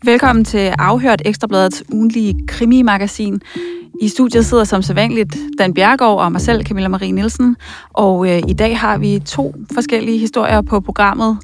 Velkommen til Afhørt, Ekstrabladets ugentlige krimimagasin. I studiet sidder som sædvanligt Dan Bjerregaard og mig selv, Camilla Marie Nielsen. Og i dag har vi 2 forskellige historier på programmet.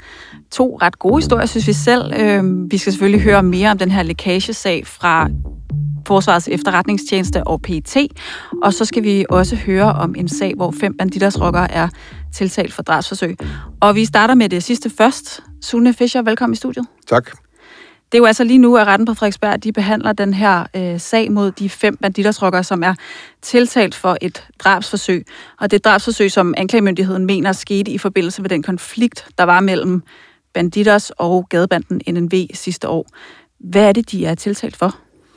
2 ret gode historier, synes vi selv. Vi skal selvfølgelig høre mere om den her lækagesag fra Forsvarets Efterretningstjeneste og PET. Og så skal vi også høre om en sag, hvor 5 banditersrockere er tiltalt for drabsforsøg. Og vi starter med det sidste først. Sune Fischer, velkommen i studiet. Tak. Det er jo altså lige nu, at retten på Frederiksberg, de behandler den her sag mod de 5 banditersrockere, som er tiltalt for et drabsforsøg. Og det er et drabsforsøg, som anklagemyndigheden mener skete i forbindelse med den konflikt, der var mellem Banditers og gadebanden NNV sidste år. Hvad er det, de er tiltalt for?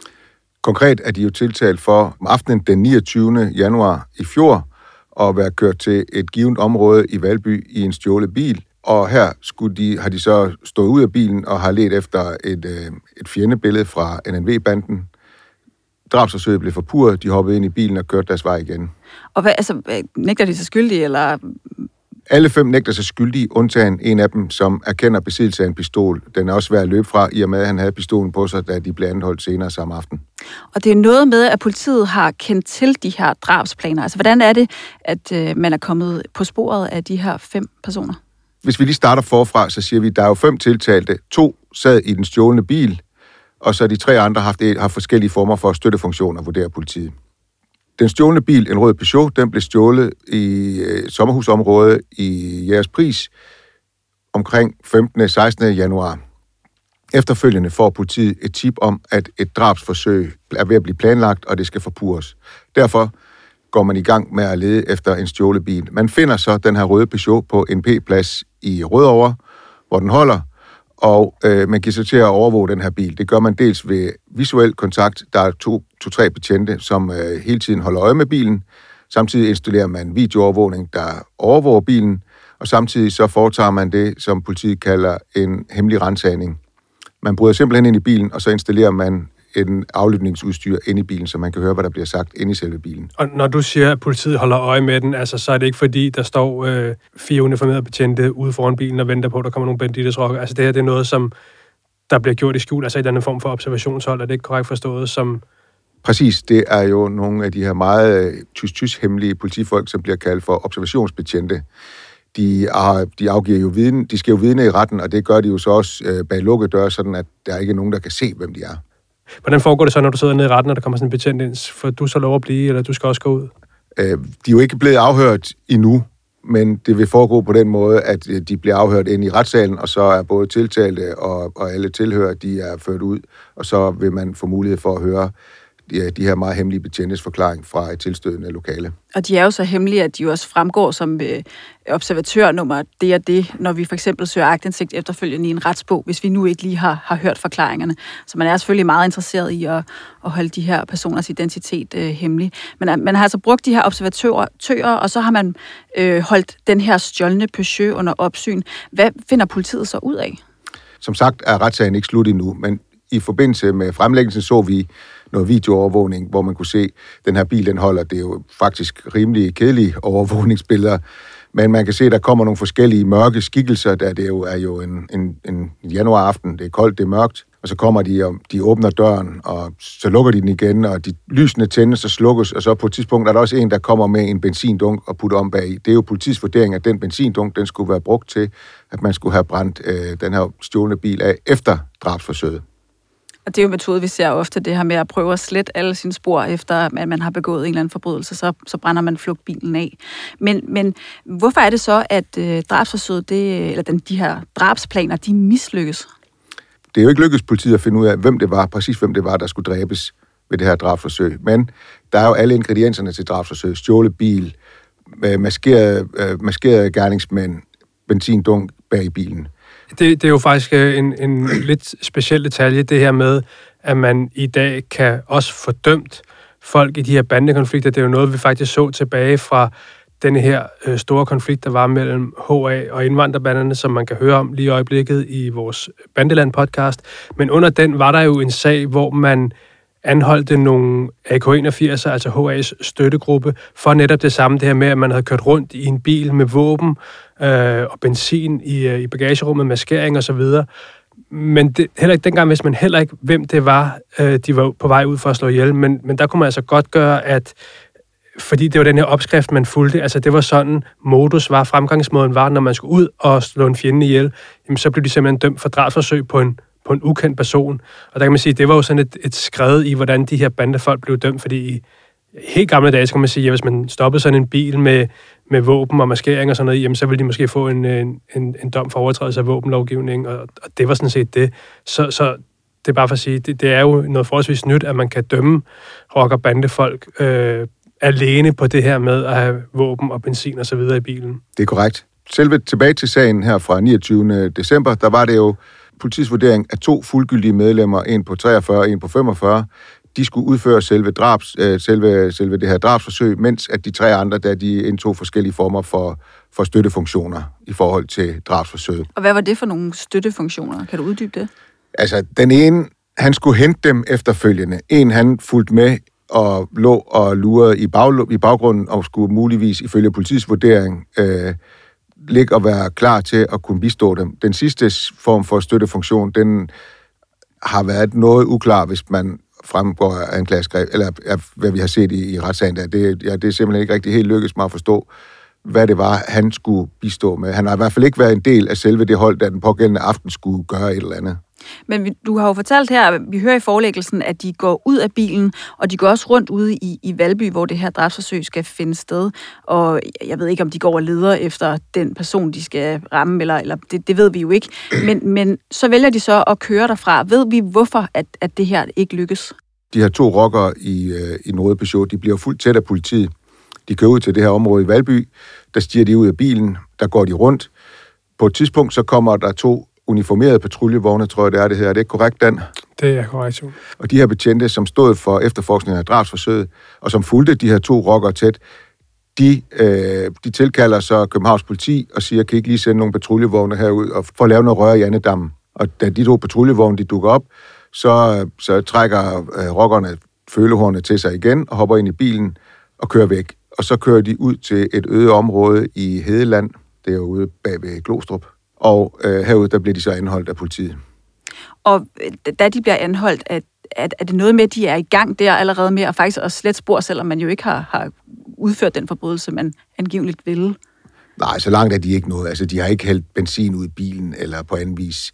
Konkret er de jo tiltalt for om aftenen den 29. januar i fjor at være kørt til et givet område i Valby i en stjålet bil. Og her har de så stået ud af bilen og har ledt efter et fjendebillede fra NNV-banden. Drabsforsøget blev forpurret, de hoppede ind i bilen og kørte deres vej igen. Og nægter de sig skyldige, eller? Alle 5 nægter sig skyldige, undtagen en af dem, som erkender besiddelse af en pistol. Den er også svær at løbe fra, i og med at han havde pistolen på sig, da de blev anholdt senere samme aften. Og det er noget med, at politiet har kendt til de her drabsplaner. Altså, hvordan er det, at man er kommet på sporet af de her 5 personer? Hvis vi lige starter forfra, så siger vi, at der er jo 5 tiltalte. 2 sad i den stjålne bil, og så de 3 andre har forskellige former for støttefunktioner, vurderer politiet. Den stjålne bil, en rød Peugeot, den blev stjålet i sommerhusområdet i Jægerspris omkring 15. 16. januar. Efterfølgende får politiet et tip om, at et drabsforsøg er ved at blive planlagt, og det skal forpurres. Derfor går man i gang med at lede efter en stjålet bil. Man finder så den her røde Peugeot på en P-plads i Rødovre, hvor den holder, og man kan så til at overvåge den her bil. Det gør man dels ved visuel kontakt. Der er 2-3 betjente, som hele tiden holder øje med bilen. Samtidig installerer man videoovervågning, der overvåger bilen, og samtidig så foretager man det, som politiet kalder en hemmelig ransagning. Man bryder simpelthen ind i bilen, og så installerer man en aflytningsudstyr ind i bilen, så man kan høre, hvad der bliver sagt inde i selve bilen. Og når du siger, at politiet holder øje med den, altså, så er det ikke fordi, der står 4 uniformerede betjente ude foran bilen og venter på, at der kommer nogle banditersrockere. Altså det her, det er noget, som der bliver gjort i skjul, altså i den form for observationshold. Er det ikke korrekt forstået som? Præcis, det er jo nogle af de her meget hemmelige politifolk, som bliver kaldt for observationsbetjente. De afgiver jo viden, de skal jo vidne i retten, og det gør de jo så også bag lukkede døre, sådan at der ikke er nogen, der kan se, hvem de er. Hvordan foregår det så, når du sidder nede i retten, og der kommer sådan en betjent ind? For du så lov at blive, eller du skal også gå ud? De er jo ikke blevet afhørt endnu, men det vil foregå på den måde, at de bliver afhørt ind i retssalen, og så er både tiltalte og alle tilhører, de er ført ud, og så vil man få mulighed for at høre de her meget hemmelige betjentes forklaring fra et tilstødende lokale. Og de er jo så hemmelige, at de også fremgår som observatørnummer det og det, når vi for eksempel søger aktindsigt efterfølgende i en retsbog, hvis vi nu ikke lige har hørt forklaringerne. Så man er selvfølgelig meget interesseret i at holde de her personers identitet hemmelig. Men man har altså brugt de her observatører, og så har man holdt den her stjålne Peugeot under opsyn. Hvad finder politiet så ud af? Som sagt er retssagen ikke slut endnu, men i forbindelse med fremlæggelsen så vi noget videoovervågning, hvor man kunne se, at den her bil, den holder. Det er jo faktisk rimelig kedelige overvågningsbilleder, men man kan se, at der kommer nogle forskellige mørke skikkelser, da det jo er jo en januaraften. Det er koldt, det er mørkt, og så kommer de, og de åbner døren, og så lukker de den igen, og de lysene tændes og slukkes, og så på et tidspunkt er der også en, der kommer med en benzindunk og putter om bag. Det er jo politiets vurdering, at den benzindunk, den skulle være brugt til, at man skulle have brændt den her stjålne bil af efter drabsforsøget. Og det er jo en metode, vi ser ofte, det her med at prøve at slette alle sine spor, efter at man har begået en eller anden forbrydelse, så brænder man flugtbilen af. Men hvorfor er det så, at drabsforsøget, de her drabsplaner, de mislykkes? Det er jo ikke lykkedes politiet at finde ud af, hvem det var, der skulle dræbes ved det her drabsforsøg. Men der er jo alle ingredienserne til drabsforsøg. Stjålet bil, maskerede gerningsmænd, benzindunk bag i bilen. Det er jo faktisk en lidt speciel detalje, det her med, at man i dag kan også få dømt folk i de her bandekonflikter. Det er jo noget, vi faktisk så tilbage fra denne her store konflikt, der var mellem HA og indvandrerbanderne, som man kan høre om lige i øjeblikket i vores Bandeland-podcast. Men under den var der jo en sag, hvor man anholdte nogle AK-81'er, altså HA's støttegruppe, for netop det samme, det her med, at man havde kørt rundt i en bil med våben og benzin i bagagerummet, maskering og så videre. Men heller ikke dengang vidste man heller ikke, hvem det var, de var på vej ud for at slå ihjel. Men der kunne man altså godt gøre, at fordi det var den her opskrift, man fulgte, altså det var sådan, modus var, fremgangsmåden var, når man skulle ud og slå en fjende ihjel, jamen så blev de simpelthen dømt for drabsforsøg på en ukendt person. Og der kan man sige, det var jo sådan et skred i, hvordan de her bandefolk blev dømt, fordi i helt gamle dage, så kan man sige, at hvis man stoppede sådan en bil med våben og maskering og sådan noget, jamen så ville de måske få en dom for overtrædelse af våbenlovgivning, og det var sådan set det. Så det er bare for at sige, det er jo noget forholdsvis nyt, at man kan dømme rock- og bandefolk alene på det her med at have våben og benzin og så videre i bilen. Det er korrekt. Selve tilbage til sagen her fra 29. december, der var det jo politiets vurdering af 2 fuldgyldige medlemmer, en på 43 og en på 45, de skulle udføre selve det her drabsforsøg, mens at de 3 andre, der de indtog forskellige former for støttefunktioner i forhold til drabsforsøget. Og hvad var det for nogle støttefunktioner? Kan du uddybe det? Altså, den ene, han skulle hente dem efterfølgende. En, han fulgte med og lå og lurede i baggrunden og skulle muligvis, ifølge politiets vurdering, ligge og være klar til at kunne bistå dem. Den sidste form for støttefunktion, den har været noget uklar, hvis man fremgår af anklageskrift, eller hvad vi har set i retssagen der. Det er simpelthen ikke rigtig helt lykkedes mig at forstå, hvad det var, han skulle bistå med. Han har i hvert fald ikke været en del af selve det hold, der den pågældende aften skulle gøre et eller andet. Men du har jo fortalt her, vi hører i forelæggelsen, at de går ud af bilen, og de går også rundt ude i Valby, hvor det her drabsforsøg skal finde sted. Og jeg ved ikke, om de går og leder efter den person, de skal ramme, eller det ved vi jo ikke. Men så vælger de så at køre derfra. Ved vi, hvorfor at det her ikke lykkes? De her 2 rockere i den røde Peugeot, de bliver fuldt tæt af politiet. De kører ud til det her område i Valby. Der stiger de ud af bilen. Der går de rundt. På et tidspunkt, så kommer der 2 uniformerede patruljevogne, tror jeg, det hedder. Er det ikke korrekt, Dan? Det er korrekt, jo. Og de her betjente, som stod for efterforskningen af drabsforsøget, og som fulgte de her 2 rockere tæt, de tilkalder så Københavns politi og siger, kan I ikke lige sende nogle patruljevogne herud og for at lave noget røre i Annedammen. Og da de 2 patruljevogne, de dukker op, så trækker rockerne følehornet til sig igen og hopper ind i bilen og kører væk. Og så kører de ud til et øde område i Hedeland, det er ude bag ved Glostrup. Og herude, der bliver de så anholdt af politiet. Og da de bliver anholdt, er det noget med, at de er i gang der allerede med at faktisk også slet spor, selvom man jo ikke har udført den forbrydelse, man angiveligt ville? Nej, så langt er de ikke noget. Altså, de har ikke hældt benzin ud i bilen eller på anden vis.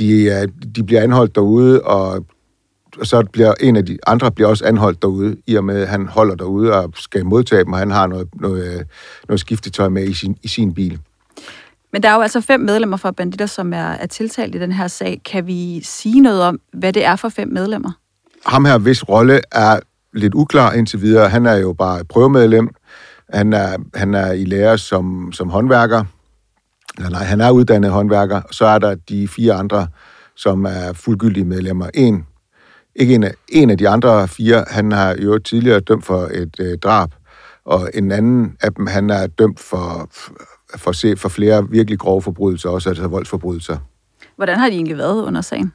De bliver anholdt derude, og så bliver en af de andre bliver også anholdt derude, i og med, at han holder derude og skal modtage dem, og han har noget skiftetøj med i sin bil. Men der er jo altså 5 medlemmer fra Banditter, som er tiltalt i den her sag. Kan vi sige noget om, hvad det er for 5 medlemmer? Ham her, hvis rolle er lidt uklar indtil videre. Han er jo bare prøvemedlem. Han er i lære som håndværker. Eller nej, han er uddannet håndværker. Så er der de 4 andre, som er fuldgyldige medlemmer. En af de andre 4, han har jo tidligere dømt for et drab, og en anden af dem, han er dømt for flere virkelig grove forbrydelser, også altså voldsforbrydelser. Hvordan har de egentlig været under sagen?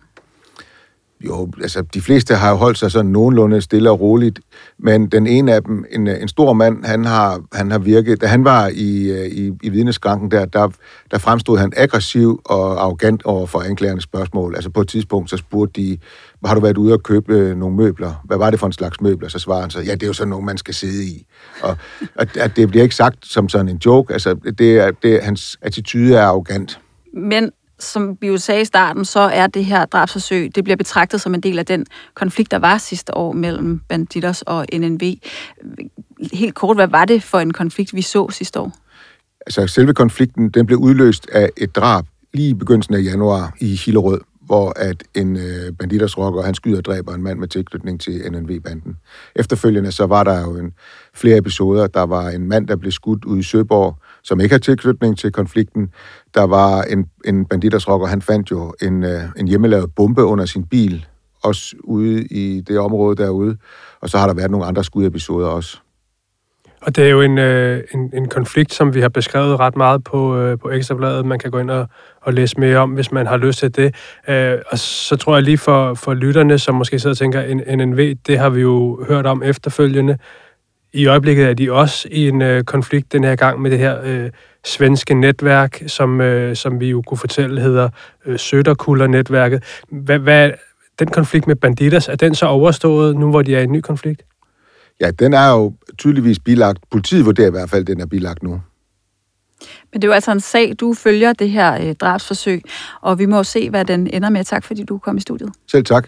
Jo, altså de fleste har jo holdt sig sådan nogenlunde stille og roligt, men den ene af dem, en stor mand, han har virket, da han var i vidneskranken der fremstod han aggressiv og arrogant over for anklagernes spørgsmål. Altså på et tidspunkt, så spurgte de, har du været ude og købe nogle møbler? Hvad var det for en slags møbler? Så svarede han så, ja, det er jo sådan nogle, man skal sidde i. Og at det bliver ikke sagt som sådan en joke, altså hans attitude er arrogant. Men som vi jo sagde i starten, så er det her drabsforsøg, det bliver betragtet som en del af den konflikt, der var sidste år mellem Bandidos og NNV. Helt kort, hvad var det for en konflikt, vi så sidste år? Altså, selve konflikten, den blev udløst af et drab lige i begyndelsen af januar i Hillerød, hvor at en Bandidos-rocker, han skyder og dræber en mand med tilknytning til NNV-banden. Efterfølgende så var der jo flere episoder. Der var en mand, der blev skudt ude i Søborg, som ikke har tilknytning til konflikten. Der var en Bandidos-rocker, han fandt jo en hjemmelavet bombe under sin bil, også ude i det område derude. Og så har der været nogle andre skudepisoder også. Og det er jo en konflikt, som vi har beskrevet ret meget på Ekstrabladet. Man kan gå ind og læse mere om, hvis man har lyst til det. Og så tror jeg lige for lytterne, som måske sidder og tænker, NNV, det har vi jo hørt om efterfølgende. I øjeblikket er de også i en konflikt den her gang med det her svenske netværk, som vi jo kunne fortælle hedder Söderkulla-netværket. Hvad den konflikt med Bandidos, er den så overstået nu, hvor de er i en ny konflikt? Ja, den er jo tydeligvis bilagt. Politiet vurderer i hvert fald, at den er bilagt nu. Men det er jo altså en sag, du følger det her drabsforsøg, og vi må jo se, hvad den ender med. Tak, fordi du kom i studiet. Selv tak.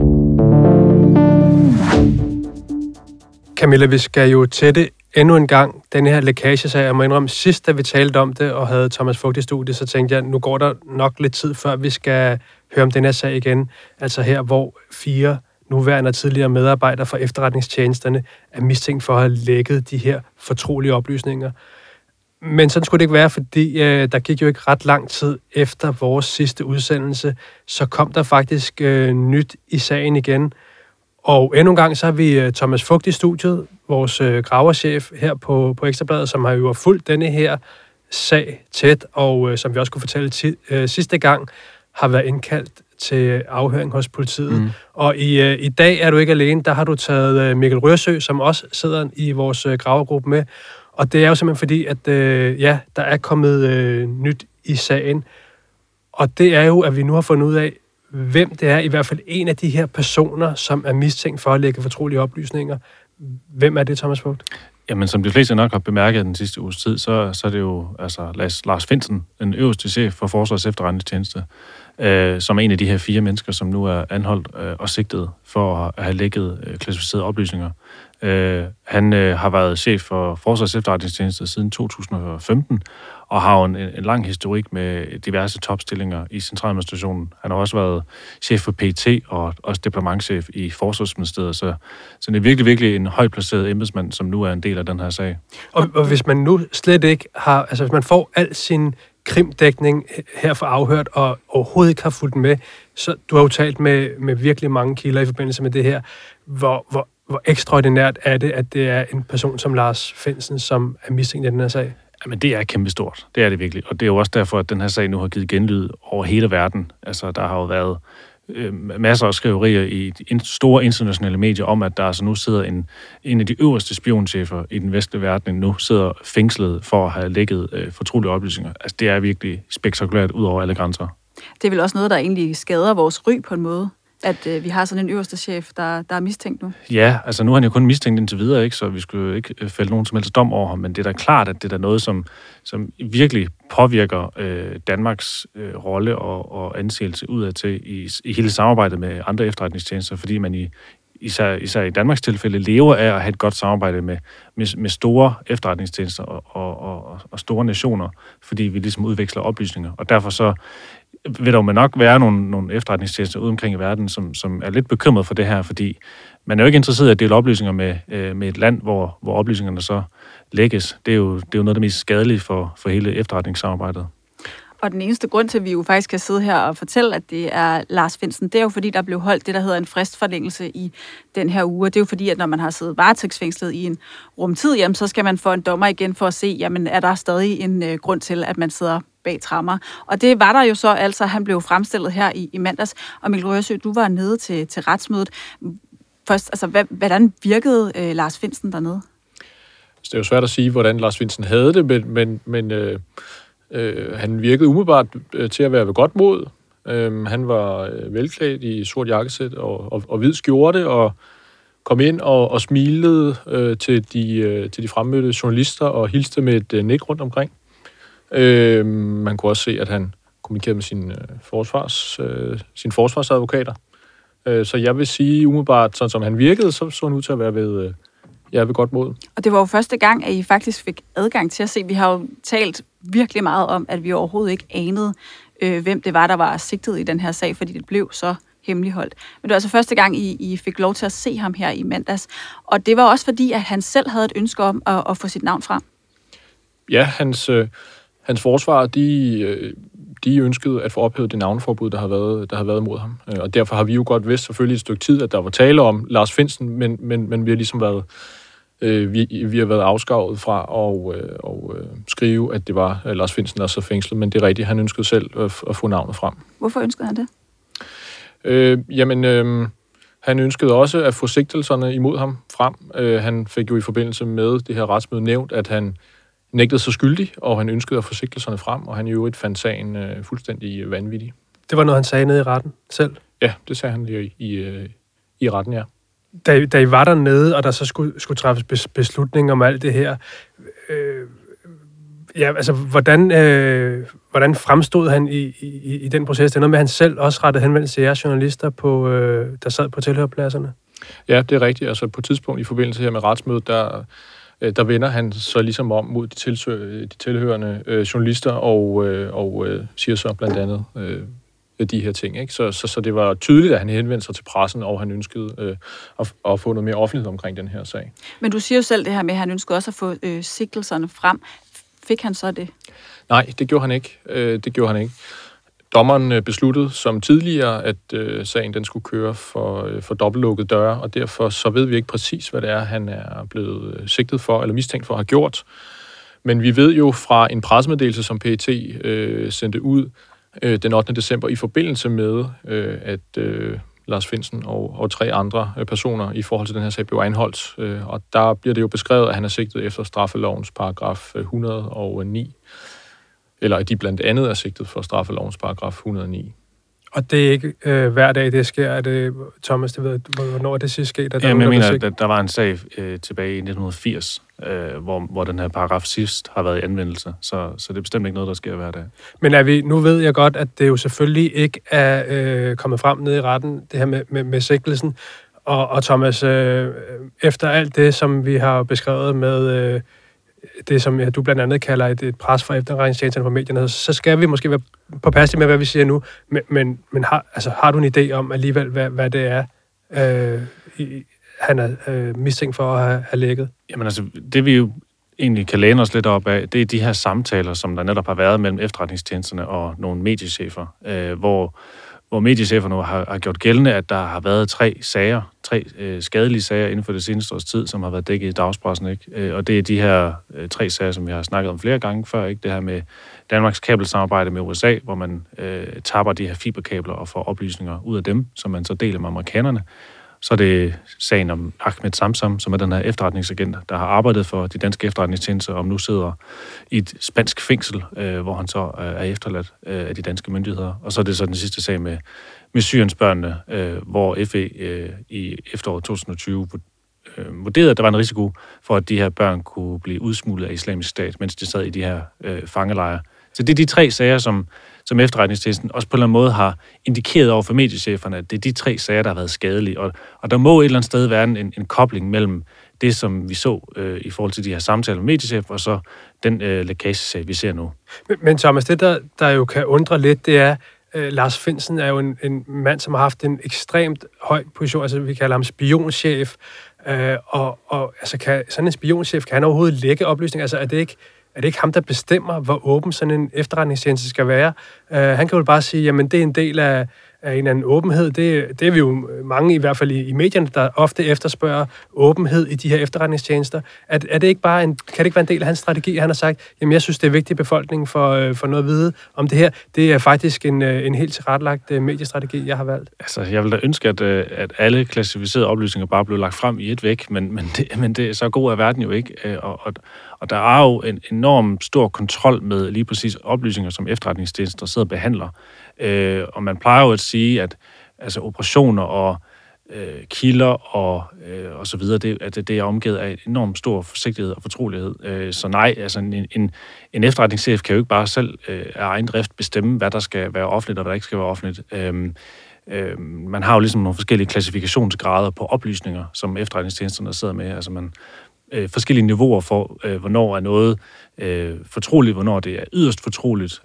Camilla, vi skal jo til det endnu en gang, den her lækagesag. Jeg må indrømme, sidst da vi talte om det og havde Thomas Vogt i studiet, så tænkte jeg, nu går der nok lidt tid, før vi skal høre om den her sag igen. Altså her, hvor 4 nuværende og tidligere medarbejdere fra efterretningstjenesterne er mistænkt for at have lækket de her fortrolige oplysninger. Men sådan skulle det ikke være, fordi der gik jo ikke ret lang tid efter vores sidste udsendelse, så kom der faktisk nyt i sagen igen. Og endnu en gang så har vi Thomas Vogt i studiet, vores graverchef her på Ekstrabladet, som har jo fulgt denne her sag tæt, og som vi også kunne fortælle sidste gang, har været indkaldt til afhøring hos politiet. Mm. Og i dag er du ikke alene, der har du taget Mikkel Rørsø, som også sidder i vores gravergruppe med. Og det er jo simpelthen fordi, at der er kommet nyt i sagen. Og det er jo, at vi nu har fundet ud af, hvem det er, i hvert fald en af de her personer, som er mistænkt for at lægge fortrolige oplysninger. Hvem er det, Thomas Vogt? Jamen, som de fleste nok har bemærket den sidste uges tid, så er det jo altså Lars Findsen, den øverste chef for Forsvarets Efterretningstjeneste, som er en af de her 4 mennesker, som nu er anholdt og sigtet for at have lækket klassificerede oplysninger. Han har været chef for Forsvarets Efterretningstjeneste siden 2015, og har en lang historik med diverse topstillinger i centraladministrationen. Han har også været chef for PET og også departementschef i Forsvarsministeriet, så det er virkelig, virkelig en højt placeret embedsmand, som nu er en del af den her sag. Og hvis man nu slet ikke har, altså hvis man får al sin krimdækning her for afhørt og overhovedet ikke har fulgt med, så du har jo talt med virkelig mange kilder i forbindelse med det her. Hvor ekstraordinært er det, at det er en person som Lars Findsen, som er mistænkt i den her sag? Jamen, det er kæmpestort. Det er det virkelig. Og det er jo også derfor, at den her sag nu har givet genlyd over hele verden. Altså, der har jo været masser af skriverier i store internationale medier om, at der altså nu sidder en af de øverste spionchefer i den vestlige verden, nu sidder fængslet for at have lækket fortrolige oplysninger. Altså, det er virkelig spektakulært ud over alle grænser. Det er vel også noget, der egentlig skader vores ry på en måde, at vi har sådan en øverste chef, der er mistænkt nu? Ja, altså nu er han jo kun mistænkt indtil videre, ikke? Så vi skulle jo ikke fælde nogen som helst dom over ham, men det er da klart, at det er noget, som virkelig påvirker Danmarks rolle og anseelse udadtil i hele samarbejdet med andre efterretningstjenester, fordi man især i Danmarks tilfælde lever af at have et godt samarbejde med store efterretningstjenester og store nationer, fordi vi ligesom udveksler oplysninger, og derfor så vil der jo nok være nogle efterretningstjenester ude omkring i verden, som er lidt bekymret for det her, fordi man er jo ikke interesseret i at dele oplysninger med et land, hvor oplysningerne så lægges. Det er jo noget af det mest skadelige for hele efterretningssamarbejdet. Og den eneste grund til, at vi jo faktisk kan sidde her og fortælle, at det er Lars Findsen, det er jo fordi, der blev holdt det, der hedder en fristforlængelse i den her uge. Det er jo fordi, at når man har siddet varetægtsfængslet i en rumtid, jamen, så skal man få en dommer igen for at se, jamen, er der stadig en grund til, at man sidder bag tremmer. Og det var der jo så, altså han blev fremstillet her i mandags. Og Mikkel Rørsø, du var nede til retsmødet. Først, altså, hvordan virkede Lars Findsen dernede? Det er jo svært at sige, hvordan Lars Findsen havde det, men han virkede umiddelbart til at være ved godt mod. Han var velklædt i sort jakkesæt og hvid skjorte, og kom ind og smilede til de fremmødte journalister og hilste med et nik rundt omkring. Man kunne også se, at han kommunikerede med sine forsvarsadvokater. Så jeg vil sige umiddelbart, sådan som han virkede, så han ud til at være ved godt mod. Og det var jo første gang, at I faktisk fik adgang til at se. Vi har jo talt virkelig meget om, at vi overhovedet ikke anede, hvem det var, der var sigtet i den her sag, fordi det blev så hemmeligholdt. Men det var altså første gang, I fik lov til at se ham her i mandags. Og det var også fordi, at han selv havde et ønske om at få sit navn frem. Ja, hans forsvar, de ønskede at få ophævet det navneforbud, der har været mod ham. Og derfor har vi jo godt vidst selvfølgelig et stykke tid, at der var tale om Lars Findsen, men vi har ligesom været vi har været afskåret fra at skrive, at det var Lars Findsen, der så fængslet, men det er rigtigt, han ønskede selv at få navnet frem. Hvorfor ønskede han det? Han ønskede også at få sigtelserne imod ham frem. Han fik jo i forbindelse med det her retsmøde nævnt, at han nægtede sig skyldig, og han ønskede at få sigtelserne frem, og han i øvrigt fandt sagen fuldstændig vanvittig. Det var noget, han sagde nede i retten selv? Ja, det sagde han lige i retten, ja. Da I var dernede, og der så skulle træffes beslutning om alt det her, hvordan fremstod han i den proces? Det er noget med, at han selv også rettede henvendelse til jeres journalister, der sad på tilhørpladserne? Ja, det er rigtigt. Altså på et tidspunkt i forbindelse her med retsmødet, der vender han så ligesom om mod de tilhørende journalister og siger så blandt andet de her ting. Ikke? Så det var tydeligt, at han henvendte sig til pressen, og han ønskede at få noget mere offentlighed omkring den her sag. Men du siger jo selv det her med, at han ønskede også at få sigtelserne frem. Fik han så det? Nej, det gjorde han ikke. Dommeren besluttede som tidligere, at sagen den skulle køre for dobbeltlukkede døre, og derfor så ved vi ikke præcis, hvad det er, han er blevet sigtet for eller mistænkt for at have gjort. Men vi ved jo fra en pressemeddelelse, som PET sendte ud den 8. december i forbindelse med, at Lars Findsen og 3 andre personer i forhold til den her sag blev anholdt. Og der bliver det jo beskrevet, at han er sigtet efter straffelovens paragraf 109. Eller at de blandt andet er sigtet for straffelovens paragraf 109. Og det er ikke hver dag, det sker? Er det, Thomas, det ved, hvornår er det sidst sket? Jeg mener, at der var en sag tilbage i 1980, hvor den her paragraf sidst har været i anvendelse. Så det er bestemt ikke noget, der sker hver dag. Men nu ved jeg godt, at det jo selvfølgelig ikke er kommet frem ned i retten, det her med sigtelsen. Og Thomas, efter alt det, som vi har beskrevet med det, som du blandt andet kalder et pres fra efterretningstjenesterne på medierne, så skal vi måske være påpasselige med, hvad vi siger nu. Men har du en idé om alligevel, hvad det er, han er mistænkt for at have lækket? Jamen altså, det vi jo egentlig kan læne os lidt op af, det er de her samtaler, som der netop har været mellem efterretningstjenesterne og nogle mediechefer, hvor mediecheferne har gjort gældende, at der har været 3 skadelige sager inden for det seneste års tid, som har været dækket i dagspressen, ikke? Og det er de her 3 sager, som vi har snakket om flere gange før, ikke? Det her med Danmarks kabelsamarbejde med USA, hvor man tapper de her fiberkabler og får oplysninger ud af dem, som man så deler med amerikanerne. Så er det sagen om Ahmed Samsam, som er den her efterretningsagent, der har arbejdet for de danske efterretningstjenester, og nu sidder i et spansk fængsel, hvor han så er efterladt af de danske myndigheder. Og så er det så den sidste sag med Syriens børnene, hvor FE i efteråret 2020 vurderede, at der var en risiko for, at de her børn kunne blive udsmuglet af Islamisk Stat, mens de sad i de her fangelejre. Så det er de 3 sager, som efterretningstjenesten også på en eller anden måde har indikeret over for mediecheferne, at det er de 3 sager, der har været skadelige. Og der må et eller andet sted være en kobling mellem det, som vi så i forhold til de her samtaler med mediechefer, og så den lækagesag, vi ser nu. Men Thomas, det der jo kan undre lidt, det er, Lars Findsen er jo en mand, som har haft en ekstremt høj position, altså vi kalder ham spionchef, og altså kan sådan en spionchef, kan han overhovedet lække oplysninger? Altså er det ikke ham, der bestemmer, hvor åben sådan en efterretningstjeneste skal være? Han kan jo bare sige, jamen det er en del af en eller anden åbenhed. Det er vi jo mange, i hvert fald i medierne, der ofte efterspørger åbenhed i de her efterretningstjenester. Er det ikke bare kan det ikke være en del af hans strategi? Han har sagt, jamen jeg synes, det er vigtigt, at befolkningen får noget at vide om det her. Det er faktisk en helt tilrettelagt mediestrategi, jeg har valgt. Altså, jeg vil da ønske, at alle klassificerede oplysninger bare blev lagt frem i et væk, men det er så god er verden jo ikke. Og der er jo en enorm stor kontrol med lige præcis oplysninger, som efterretningstjenester sidder og behandler. Og man plejer jo at sige, at altså, operationer og kilder og så videre, det er omgivet af en enorm stor forsigtighed og fortrolighed. Så nej, altså en efterretningschef kan jo ikke bare selv af egen drift bestemme, hvad der skal være offentligt og hvad der ikke skal være offentligt. Man har jo ligesom nogle forskellige klassifikationsgrader på oplysninger, som efterretningstjenesterne sidder med. Altså man forskellige niveauer for, hvornår er noget fortroligt, hvornår det er yderst fortroligt.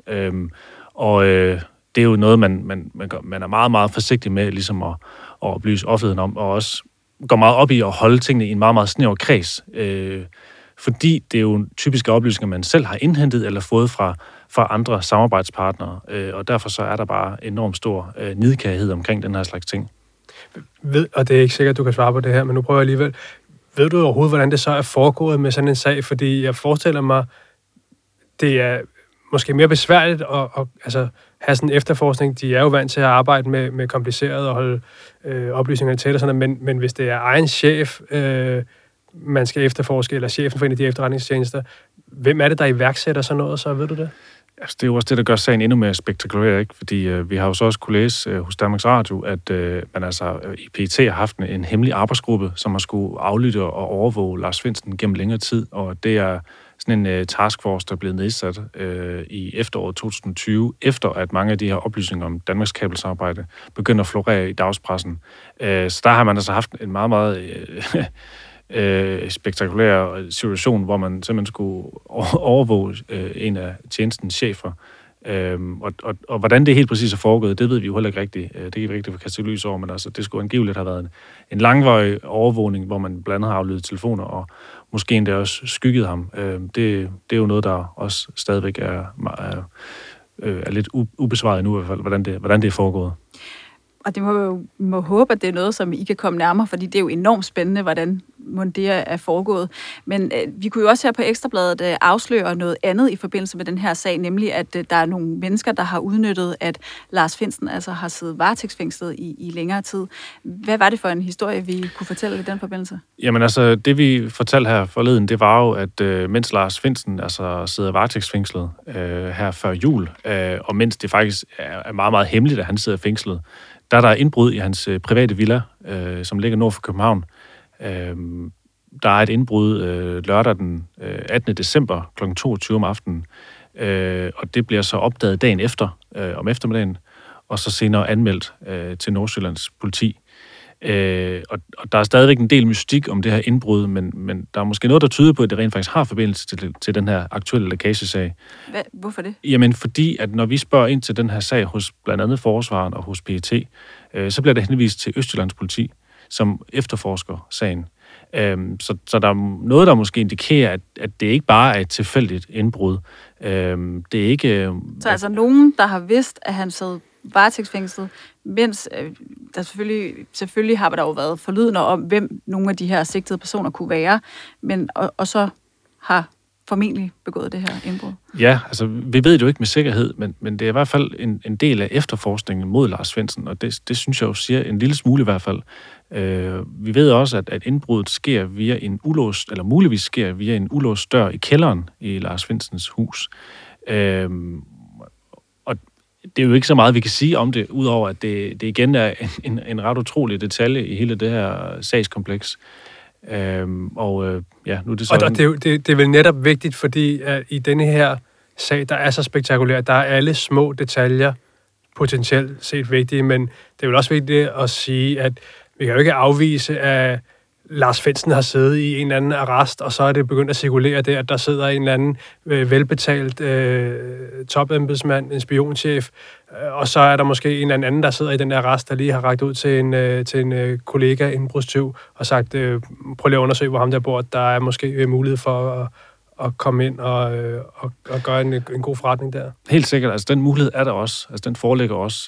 Det er jo noget, man er meget, meget forsigtig med ligesom at oplyse offentligheden om, og også går meget op i at holde tingene i en meget, meget snæver kreds. Fordi det er jo typiske oplysninger, man selv har indhentet eller fået fra andre samarbejdspartnere, og derfor så er der bare enormt stor nidkærhed omkring den her slags ting. Og det er ikke sikkert, du kan svare på det her, men nu prøver jeg alligevel. Ved du overhovedet, hvordan det så er foregået med sådan en sag? Fordi jeg forestiller mig, det er måske mere besværligt at altså, have sådan en efterforskning. De er jo vant til at arbejde med kompliceret og holde oplysningerne tæt og sådan noget, men hvis det er egen chef, man skal efterforske, eller chefen for en af de efterretningstjenester, hvem er det, der iværksætter sådan noget, så ved du det? Altså, det er jo også det, der gør sagen endnu mere spektakulær, ikke? Fordi vi har jo så også kunne læse hos Danmarks Radio, at man altså i PET har haft en hemmelig arbejdsgruppe, som har skulle aflytte og overvåge Lars Findsen gennem længere tid, og det er sådan en taskforce, der er blevet nedsat i efteråret 2020, efter at mange af de her oplysninger om Danmarks kabelsamarbejde begynder at florere i dagspressen. Så der har man altså haft en meget, meget spektakulær situation, hvor man simpelthen skulle overvåge en af tjenestens chefer. Og hvordan det helt præcis er foregået, det ved vi jo heller ikke rigtigt. Det kan vi ikke rigtig få kastet lys over, men altså, det skulle angiveligt have været en langvarig overvågning, hvor man blandt andet har aflyttet telefoner, og måske endda også skygget ham. Det er jo noget, der også stadigvæk er lidt ubesvaret endnu, i hvert fald, hvordan det er foregået. Og det må håbe, at det er noget, som I kan komme nærmere, fordi det er jo enormt spændende, hvordan det er foregået. Men vi kunne jo også her på Ekstrabladet afsløre noget andet i forbindelse med den her sag, nemlig at der er nogle mennesker, der har udnyttet, at Lars Findsen altså har siddet varetægtsfængslet i længere tid. Hvad var det for en historie, vi kunne fortælle i den forbindelse? Jamen altså, det vi fortalte her forleden, det var jo, at mens Lars Findsen altså sidder varetægtsfængslet her før jul, og mens det faktisk er meget, meget hemmeligt, at han sidder fængslet, der er der indbrud i hans private villa, som ligger nord for København. Der er et indbrud lørdag den 18. december kl. 22 om aftenen, og det bliver så opdaget dagen efter, om eftermiddagen, og så senere anmeldt til Nordsjællands politi. Og der er stadigvæk en del mystik om det her indbrud, men der er måske noget, der tyder på, at det rent faktisk har forbindelse til den her aktuelle lækagesag. Hvorfor det? Jamen, fordi at når vi spørger ind til den her sag hos blandt andet Forsvaret og hos PET, så bliver det henvist til Østjyllands politi, som efterforsker sagen. Så der er noget, der måske indikerer, at det ikke bare er et tilfældigt indbrud. Det er ikke... Så altså nogen, der har vidst, at han sad varetægtsfængslet, mens der selvfølgelig har der jo været forlydender om, hvem nogle af de her sigtede personer kunne være, men og så har formentlig begået det her indbrud. Ja, altså vi ved det jo ikke med sikkerhed, men det er i hvert fald en del af efterforskningen mod Lars Findsen, og det synes jeg jo siger en lille smule i hvert fald. Vi ved også, at indbruddet sker via en ulåst, eller muligvis sker via en ulåst dør i kælderen i Lars Findsens hus. Og det er jo ikke så meget, vi kan sige om det, udover at det igen er en ret utrolig detalje i hele det her sagskompleks. Nu er det så... Og det er vel netop vigtigt, fordi at i denne her sag, der er så spektakulær, der er alle små detaljer potentielt set vigtige, men det er vel også vigtigt at sige, at vi kan jo ikke afvise, at Lars Findsen har siddet i en eller anden arrest, og så er det begyndt at cirkulere der, at der sidder en eller anden velbetalt topembedsmand, en spionchef, og så er der måske en eller anden, der sidder i den der arrest, der lige har rakt ud til en kollega, indbrudstyv, og sagt, prøv lige at undersøge, hvor ham der bor. Der er måske mulighed for at komme ind og gøre en god forretning der. Helt sikkert. Altså, den mulighed er der også. Altså, den foreligger også.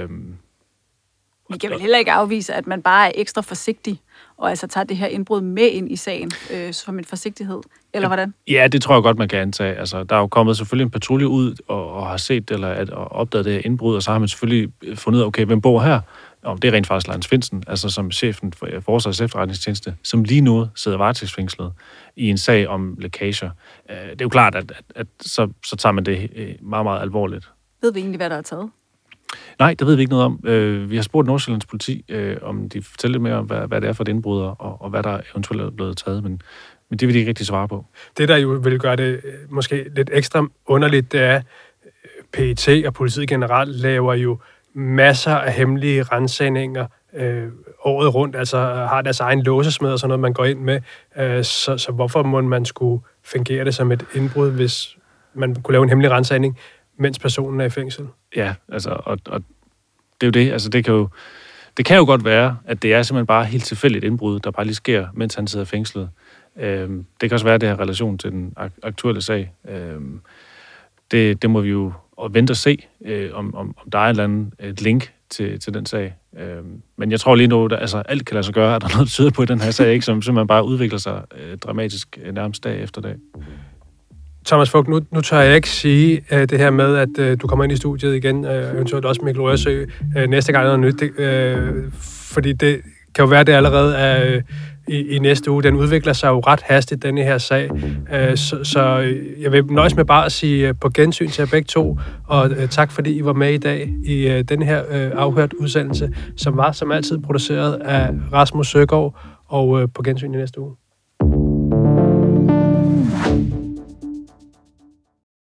Vi kan vel heller ikke afvise, at man bare er ekstra forsigtig, og altså tager det her indbrud med ind i sagen som en forsigtighed, eller hvordan? Ja, det tror jeg godt, man kan antage. Altså, der er jo kommet selvfølgelig en patrulje ud og har set og opdaget det her indbrud, og så har man selvfølgelig fundet ud af, okay, hvem bor her? Og det er rent faktisk Lars Findsen, altså som chefen for Forsvarets efterretningstjeneste, som lige nu sidder varetægtsfængslet i en sag om lækager. Det er jo klart, at så tager man det meget, meget alvorligt. Ved vi egentlig, hvad der er taget? Nej, det ved vi ikke noget om. Vi har spurgt Nordsjællands politi, om de fortæller lidt mere om, hvad det er for et indbrud, og hvad der eventuelt er blevet taget, men det vil de ikke rigtig svare på. Det, der jo vil gøre det måske lidt ekstra underligt, det er, PET og politiet generelt laver jo masser af hemmelige ransagninger året rundt, altså har deres egen låsesmed og sådan noget, man går ind med. Så hvorfor må man skulle fungere det som et indbrud, hvis man kunne lave en hemmelig ransagning, mens personen er i fængsel? Ja, altså, og det er jo det. Altså, det kan jo godt være, at det er simpelthen bare helt tilfældigt indbrud, der bare lige sker, mens han sidder fængslet. Det kan også være, at det har relation til den aktuelle sag. Det må vi jo vente og se, om der er et link til den sag. Men jeg tror lige nu, at alt kan lade sig gøre, at der er noget, der tyder på i den her sag, ikke, som simpelthen bare udvikler sig dramatisk nærmest dag efter dag. Thomas Vogt, nu tør jeg ikke sige det her med, at du kommer ind i studiet igen, eventuelt også Mikkel Rørsø, næste gang noget nyt, fordi det kan jo være, det allerede er i næste uge. Den udvikler sig jo ret hastigt, denne her sag. Så jeg vil nøjes med bare at sige på gensyn til jer begge to, og tak fordi I var med i dag i denne her afhørt udsendelse, som var som altid produceret af Rasmus Søgaard, og på gensyn i næste uge.